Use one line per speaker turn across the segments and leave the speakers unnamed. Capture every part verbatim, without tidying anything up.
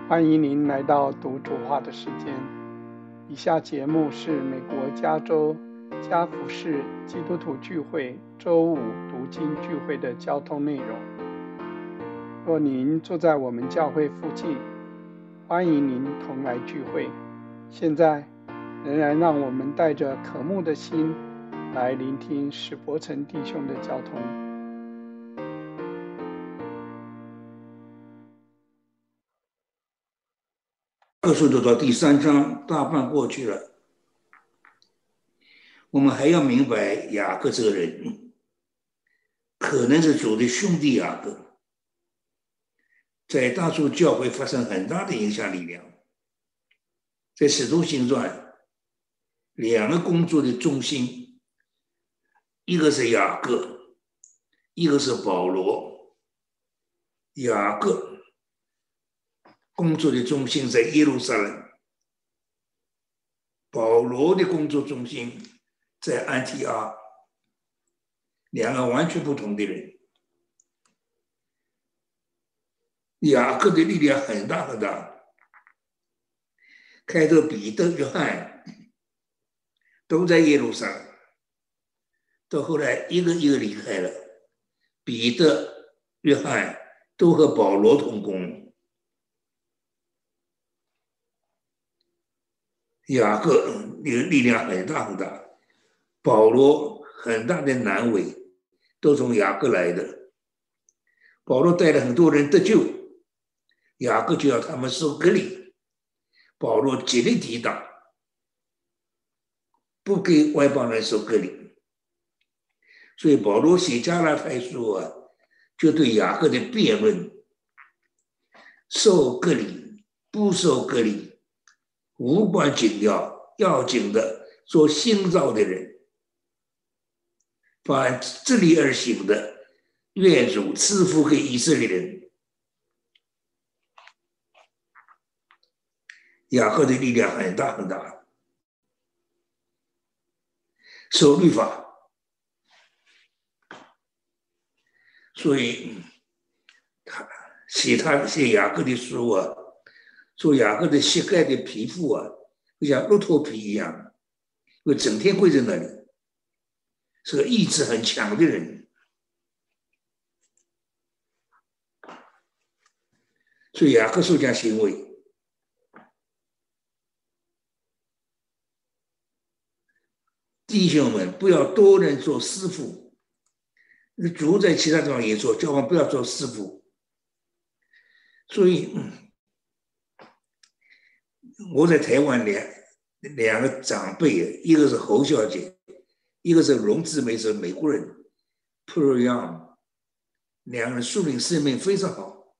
欢迎您来到读主话的时间。以下节目是美国加州加福市基督徒聚会周五读经聚会的交通内容。若您住在我们教会附近，欢迎您同来聚会。现在仍然让我们带着渴慕的心来聆听史伯成弟兄的交通。
二书读到第三章，大半过去了。我们还要明白雅各这个人，可能是主的兄弟雅各，在大数教会发生很大的影响力量。在使徒行传，两个工作的中心，一个是雅各，一个是保罗。雅各工作的中心在耶路撒冷，保罗的工作中心在安提阿，两个完全不同的人。雅各的力量很大很大，开头彼得、约翰都在耶路撒冷，到后来一个一个离开了，彼得、约翰都和保罗同工。雅各力量很大很大，保罗很大的难为都从雅各来的。保罗带了很多人得救，雅各就要他们受割礼，保罗极力抵挡，不给外邦人受割礼。所以保罗写加拉太书啊，就对雅各的辩论，受割礼不受割礼无关紧要，要紧的做新造的人，凡自立而行的，愿主赐福给以色列人。雅各的力量很大很大，守律法，所以他写他写雅各的书啊，说雅各的膝盖的皮肤啊，就像骆驼皮一样，因为整天跪在那里，是个意志很强的人。所以雅各书讲行为，弟兄们不要多人做师傅，主在其他地方也说，叫我们不要做师傅。所以我在台湾两两个长辈，一个是侯小姐，一个是荣姊妹，是美国人 Pearl Young， 两个人树林生命非常好。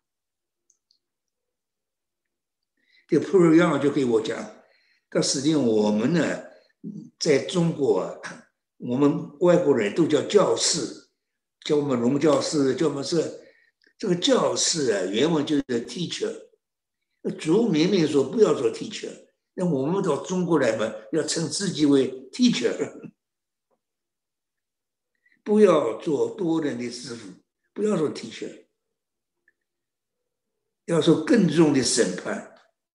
这 Pearl Young 就给我讲，他实际上我们呢，在中国啊，我们外国人都叫教士，叫我们荣教士，叫我们是这个教士啊，原文就是 teacher。主明明说不要做 teacher， 那我们到中国来嘛，要称自己为 teacher， 不要做多人的师傅，不要做 teacher， 要说更重的审判。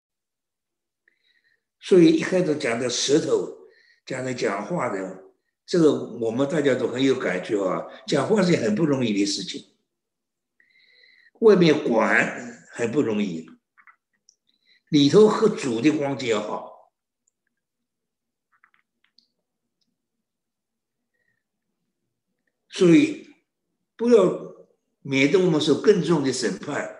所以一开始讲的舌头，讲的讲话的，这个我们大家都很有感觉啊，讲话是很不容易的事情，外面管很不容易，里头和主的关系要好。所以不要免得我们受更重的审判。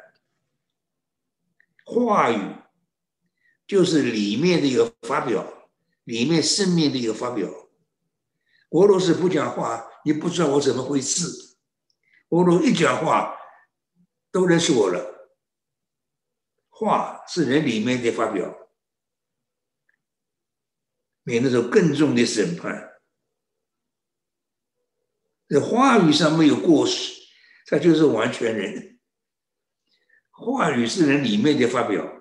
话语就是里面的一个发表，里面生命的一个发表。我若是不讲话，你不知道我怎么回事。我若一讲话，都认识我了。话是人里面的发表，免得受更重的审判。这话语上没有过失，他就是完全人。话语是人里面的发表，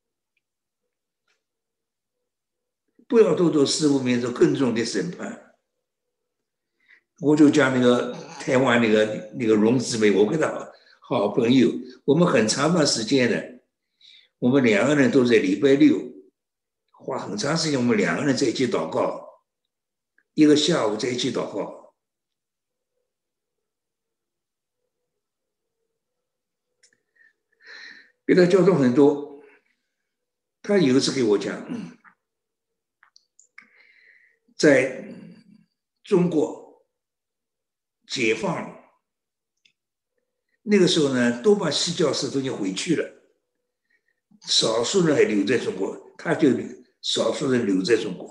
不要多做事物，免受更重的审判。我就讲那个台湾那个那个荣姊妹，我跟她好朋友，我们很长段时间的， 我们两个人都在礼拜六花很长时间，我们两个人在一起祷告，一个下午在一起祷告。被他教导很多。他有一次给我讲，在中国解放那个时候呢，都把西教士都已经回去了，少数人还留在中国，他就少数人留在中国。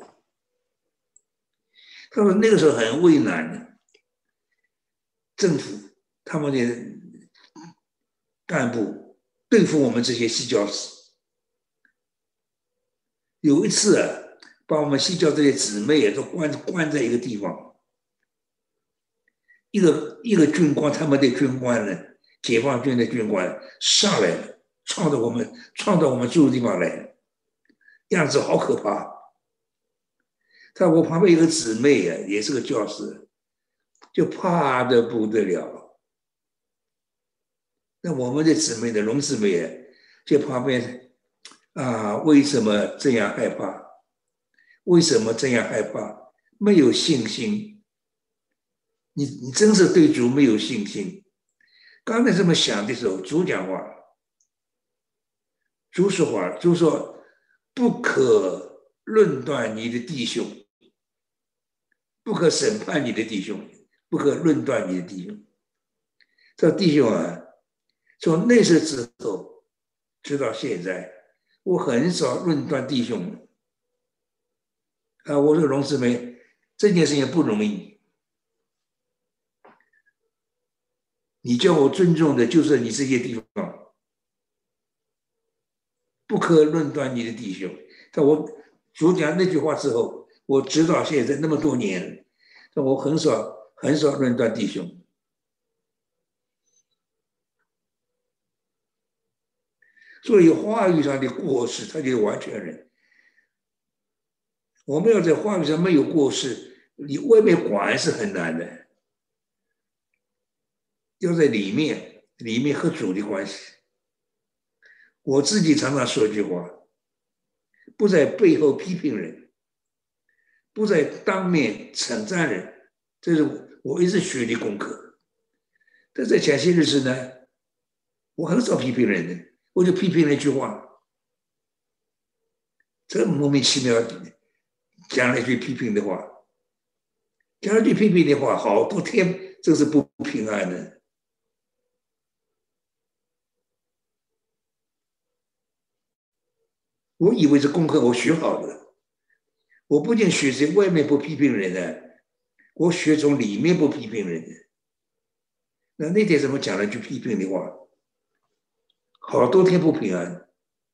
他说那个时候很为难的，政府他们的干部对付我们这些西教士。有一次啊，把我们西教这些姊妹都关关在一个地方，一个一个军官，他们的军官呢，解放军的军官上来了，闯到我们闯到我们住的地方来，样子好可怕。在我旁边有个姊妹啊，也是个教师，就怕得不得了。那我们的姊妹的龙姊妹啊，在旁边。啊，为什么这样害怕？为什么这样害怕？没有信心。你你真是对主没有信心。刚才这么想的时候，主讲话，主说话，主说不可论断你的弟兄，不可审判你的弟兄，不可论断你的弟兄。这弟兄啊，从那时之后直到现在。我很少论断弟兄啊！我说龙姊妹，这件事情不容易。你叫我尊重的就是你这些地方，不可论断你的弟兄。但我主讲那句话之后，我直到现在那么多年，但我很少很少论断弟兄。所以话语上的过失，他就完全人。我们要在话语上没有过失，你外面管是很难的。要在里面，里面和主的关系。我自己常常说一句话：不在背后批评人，不在当面称赞人，这是我一直学的功课。但在前些日子呢，我很少批评人的。我就批评了一句话，这莫名其妙讲了一句批评的话，讲了一句批评的话，好多天真是不平安的。我以为这功课我学好了，我不仅学在外面不批评人呢，我学从里面不批评人的。那那天怎么讲了句批评的话？好多天不平安。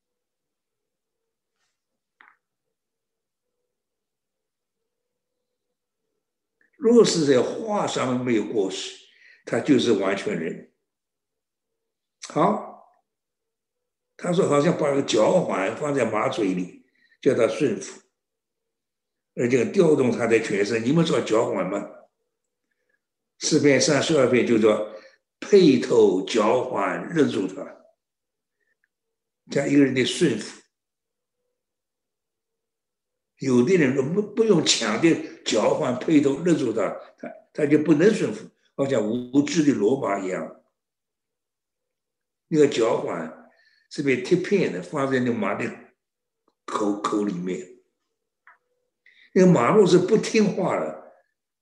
若是在话上没有过失，他就是完全人。好，他说好像把个脚环放在马嘴里，叫他顺服，而且调动他的全身。你们知道脚环吗？诗篇三十二篇就说配头脚环勒住他。讲一个人的顺服，有的人不不用强的交换配头勒住他，他他就不能顺服，好像无知的罗马一样。那个交换是被贴片的，放在那马的口口里面。那个马路是不听话的，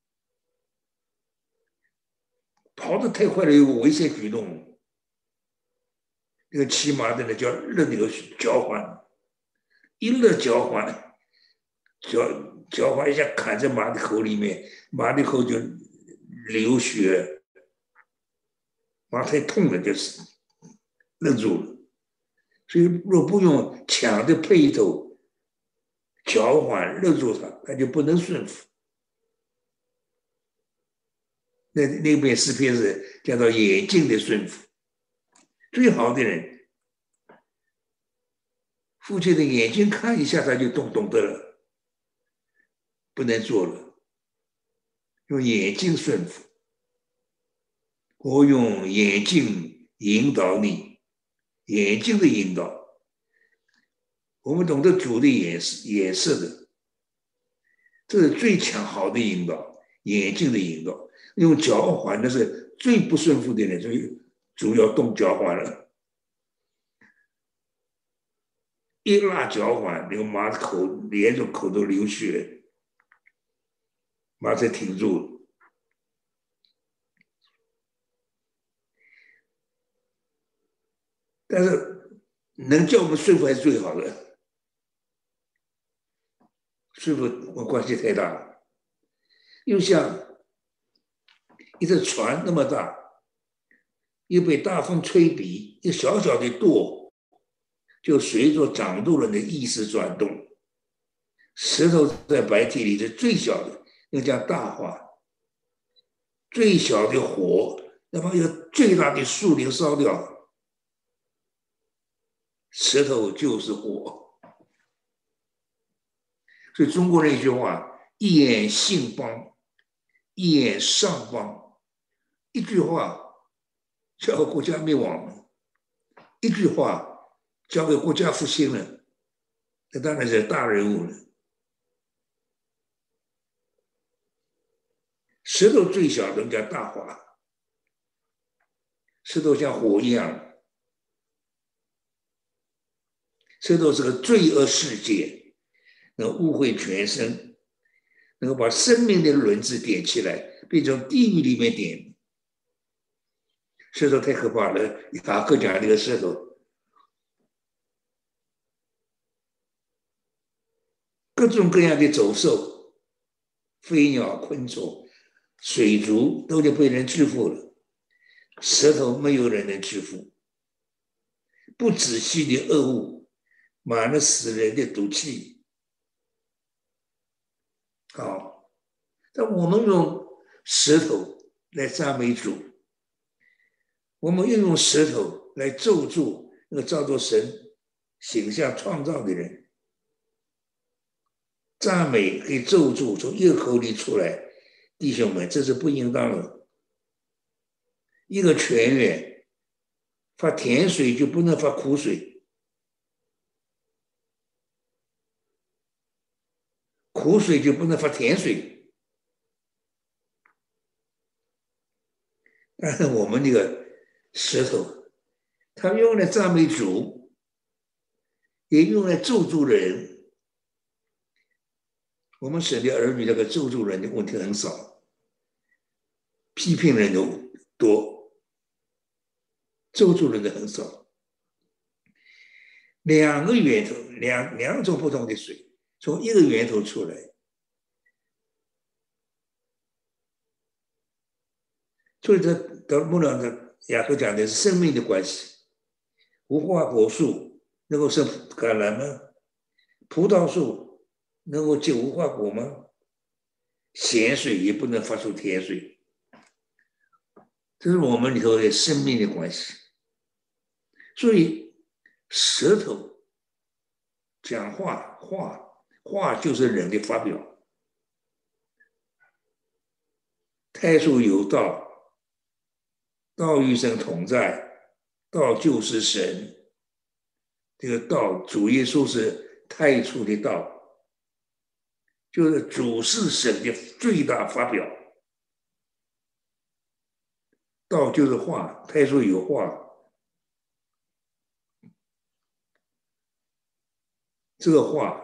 跑得太快了，有个危险举动。那个骑马的呢，叫勒那个脚环，一勒脚环，脚脚环一下砍在马的口里面，马的口就流血，马太痛了，就是勒住了。所以若不用强的配头脚环勒住他，他就不能顺服。那那边诗篇是讲到眼睛的顺服。最好的人，父亲的眼睛看一下他就懂懂得了，不能做了。用眼睛顺服，我用眼睛引导你，眼睛的引导， 我们懂得主的眼眼色的，这是最强好的引导，眼睛的引导。用脚环那是最不顺服的人，所以主要动脚环了。一拉脚环，那个马口连着口都流血，马才停住了。但是能叫我们顺服还是最好的，顺服关系太大了。又像一只船那么大，又被大风吹逼，一个小小的舵就随着掌舵人的意识转动。石头在白体里是最小的，那叫大化。最小的火要把一个最大的树林烧掉，石头就是火。所以中国人一句话：一言兴邦，一言丧邦。一句话叫个国家灭亡了，一句话叫个国家复兴了，那当然是大人物了。石头最小的叫大化，石头像火一样，石头是个罪恶世界，能污秽全身，能够把生命的轮子点起来，变成地狱里面点。石头太可怕了，雅各讲这个石头，各种各样的走兽、飞鸟、昆虫、水族都得被人制服了，石头没有人能制服。不仔细的恶物，满了死人的毒气。好，但我们用石头来赞美主，我们运用石头来咒诅那个照着神形象创造的人。赞美可以咒诅从一个口里出来，弟兄们，这是不应当的。一个泉源发甜水就不能发苦水，苦水就不能发甜水。但是我们这个石头，它用来赞美主，也用来咒诅人。我们神的儿女那个咒诅人的问题很少，批评人的多，咒诅人的很少。两个源头，两两种不同的水，从一个源头出来。所以这德牧人的雅各讲的是生命的关系。无花果树能够生橄榄吗？葡萄树能够结无花果吗？咸水也不能发出甜水，这是我们里头的生命的关系。所以舌头讲话，话话就是人的发表。太初有道，道与神同在，道就是神。这个道，主耶稣是太初的道，就是主是神的最大发表。道就是话，太初有话，这个话，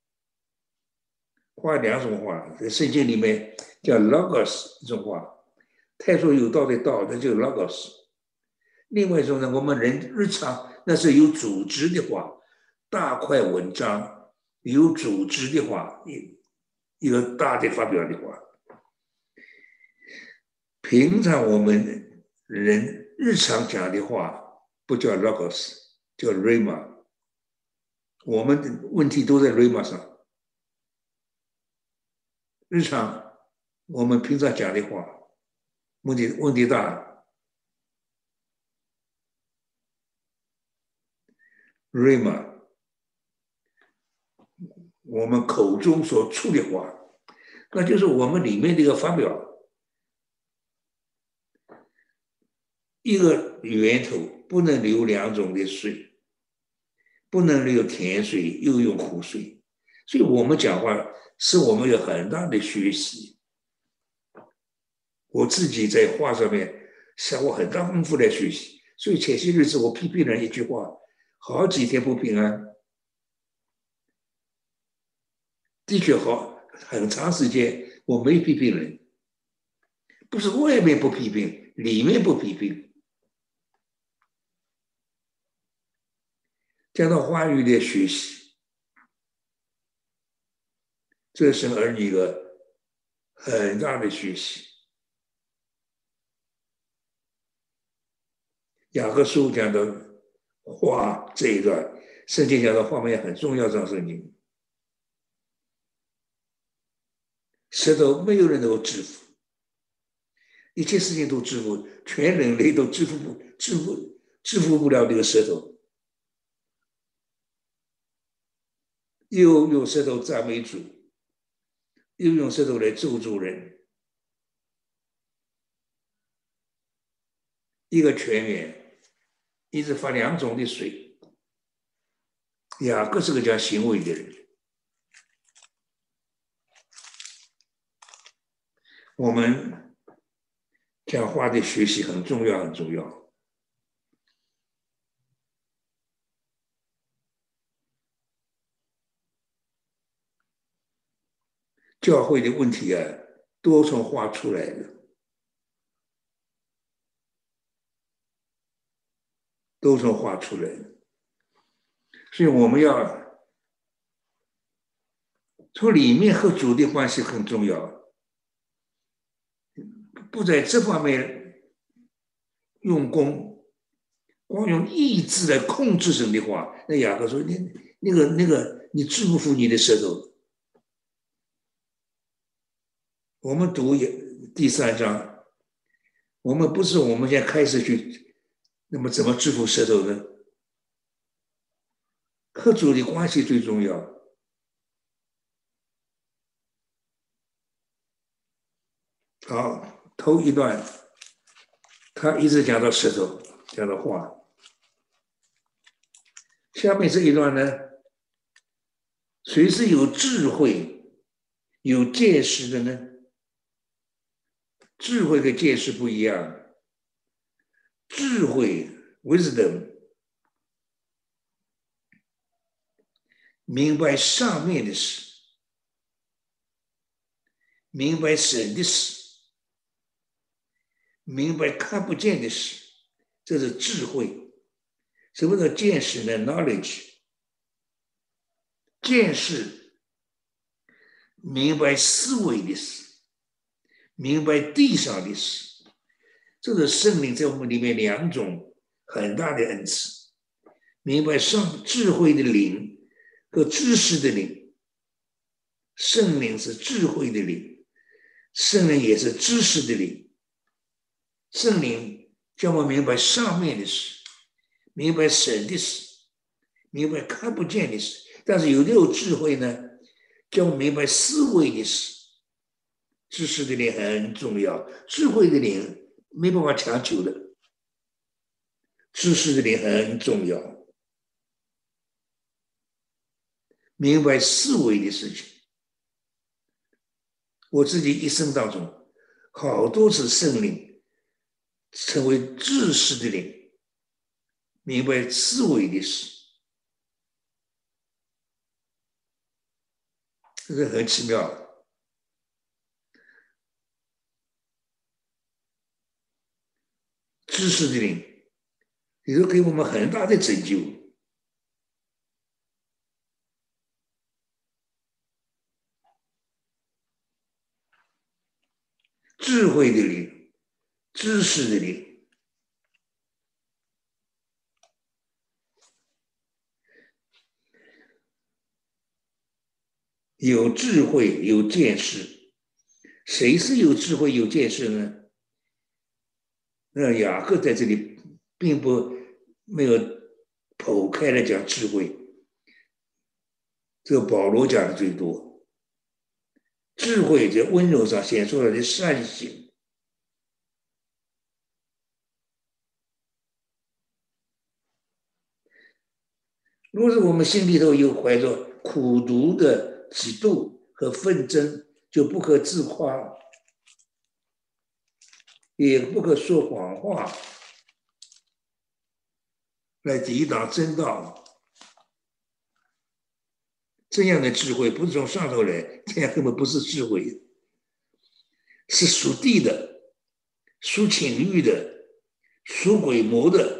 话两种话，在圣经里面叫 logos 一种话，太初有道的道，那就是 logos。另外一种呢，我们人日常那是有组织的话，大块文章，有组织的话，一个大的发表的话。平常我们人日常讲的话不叫 logos， 叫 rhema。我们的问题都在 rhema 上。日常我们平常讲的话，问题问题大。rhema， 我们口中所出的话，那就是我们里面的一个发表。一个源头不能流两种的水， 不能用甜水又用苦水，所以我们讲话是我们有很大的学习。我自己在话上面下过很大功夫来学习，所以前些日子我批评人一句话，好几天不平安，的确好很长时间我没批评人，不是外面不批评，里面不批评。讲到话语的学习，这是儿女的很大的学习。雅各书讲的话这一段，圣经讲的话面很重要，这圣经。舌头没有人能够制服，一切事情都制服，全人类都制服不制服制服不了这个舌头。又用舌头赞美主，又用舌头来咒诅人，一个泉源一直发两种的水。雅各是个讲行为的人，我们讲话的学习很重要，很重要。教会的问题啊，都从话出来的，都从话出来的。所以我们要从里面和主的关系很重要，不在这方面用功，光用意志来控制神的话，那雅各说：“你那个那个，你制不服你的舌头。”我们读第三章，我们不是我们现在开始去，那么怎么制服舌头呢？和主的关系最重要。好，头一段他一直讲到舌头，讲到话。下面这一段呢，谁是有智慧、有见识的呢？智慧和见识不一样。智慧 （wisdom） 明白上面的事，明白神的事，明白看不见的事，这是智慧。什么叫见识呢 ？knowledge。见识，明白思维的事，明白地上的事。这是圣灵在我们里面两种很大的恩赐，明白上智慧的灵和知识的灵。圣灵是智慧的灵，圣灵也是知识的灵。圣灵叫我们明白上面的事，明白神的事，明白看不见的事。但是有的有智慧呢，叫我们明白思维的事。知识的灵很重要，智慧的灵没办法强求的，知识的灵很重要。明白思维的事情，我自己一生当中，好多次圣灵成为知识的灵，明白思维的事，这是很奇妙的。知识的灵也是给我们很大的拯救。智慧的灵，知识的灵，有智慧有见识。谁是有智慧有见识呢？那雅各在这里并不没有剖开来讲智慧，这个保罗讲的最多。智慧在温柔上显出来的善行， 如果是我们心里头有怀着苦毒的嫉妒和纷争，就不可自夸，也不可说谎话，来抵挡真道。这样的智慧不是从上头来，这样根本不是智慧，是属地的、属情欲的、属鬼魔的。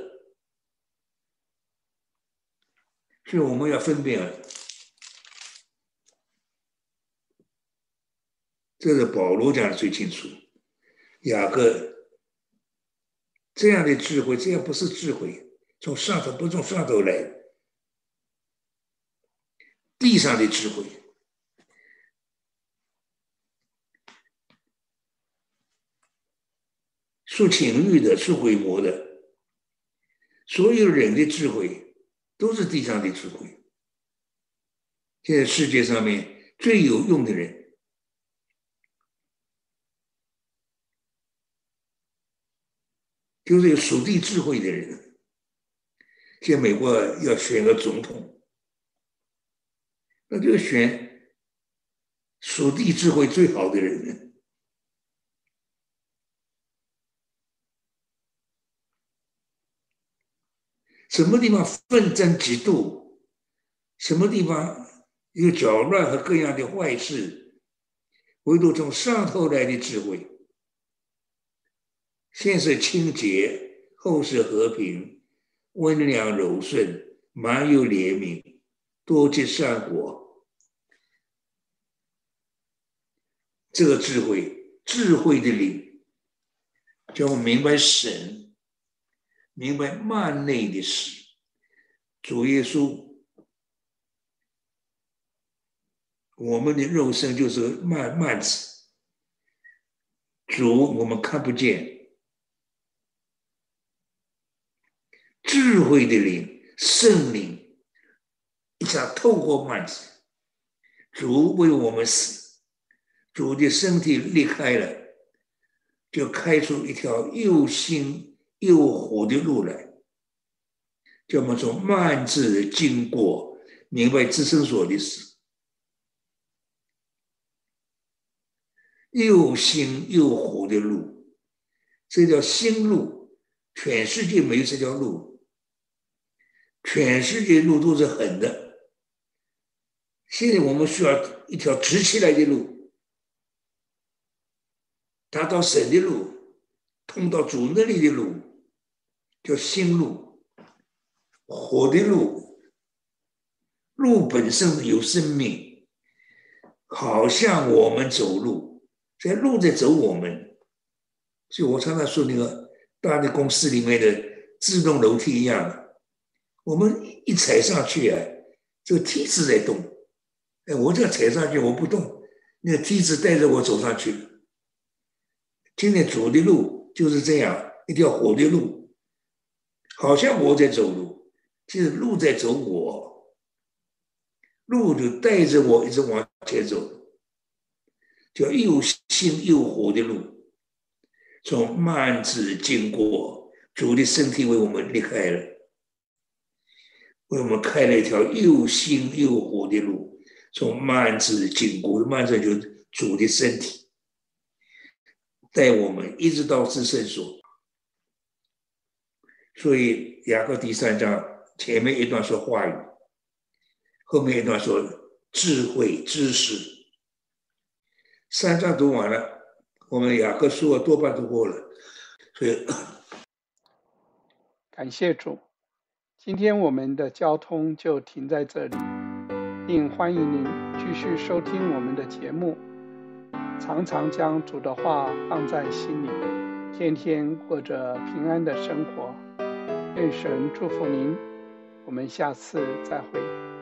所以我们要分辨了，这是保罗讲的最清楚。雅各这样的智慧，这样不是智慧，从上头不从上头来，地上的智慧，属情欲的、属鬼魔的，所有人的智慧都是地上的智慧。现在世界上面最有用的人，就是有属地智慧的人。现在美国要选个总统，那就选属地智慧最好的人。什么地方纷争嫉妒，什么地方有搅乱和各样的坏事，唯独从上头来的智慧，先是清洁，后是和平，温良柔顺，满有怜悯，多结善果。这个智慧，智慧的灵，叫我明白神，明白幔内的事。主耶稣，我们的肉身就是幔幔子，主我们看不见。智慧的灵，圣灵一下透过幔子，主为我们死，主的身体裂开了，就开出一条又新又活的路来，叫我们从幔子经过，明白至圣所的事，又新又活的路，这条新路，全世界没有这条路。全世界路都是横的，现在我们需要一条直起来的路，达到神的路，通到主那里的路，叫新路，活的路。路本身有生命，好像我们走路，在路在走我们。所以我常常说那个大的公司里面的自动楼梯一样，我们一踩上去啊，这个梯子在动，哎，我这样踩上去我不动，那个梯子带着我走上去了。今天走的路就是这样，一条活的路，好像我在走路，其实路在走我，路就带着我一直往前走，叫又新又活的路，从幔子经过，主的身体为我们裂开了，为我们开了一条又新又活的路，从幔子经过，幔子就是主的身体，带我们一直到至圣所。所以雅各第三章前面一段说话语，后面一段说智慧知识。三章读完了，我们雅各书多半读过了，所以
感谢主。今天我们的交通就停在这里，并欢迎您继续收听我们的节目，常常将主的话放在心里，天天过着平安的生活。愿神祝福您，我们下次再会。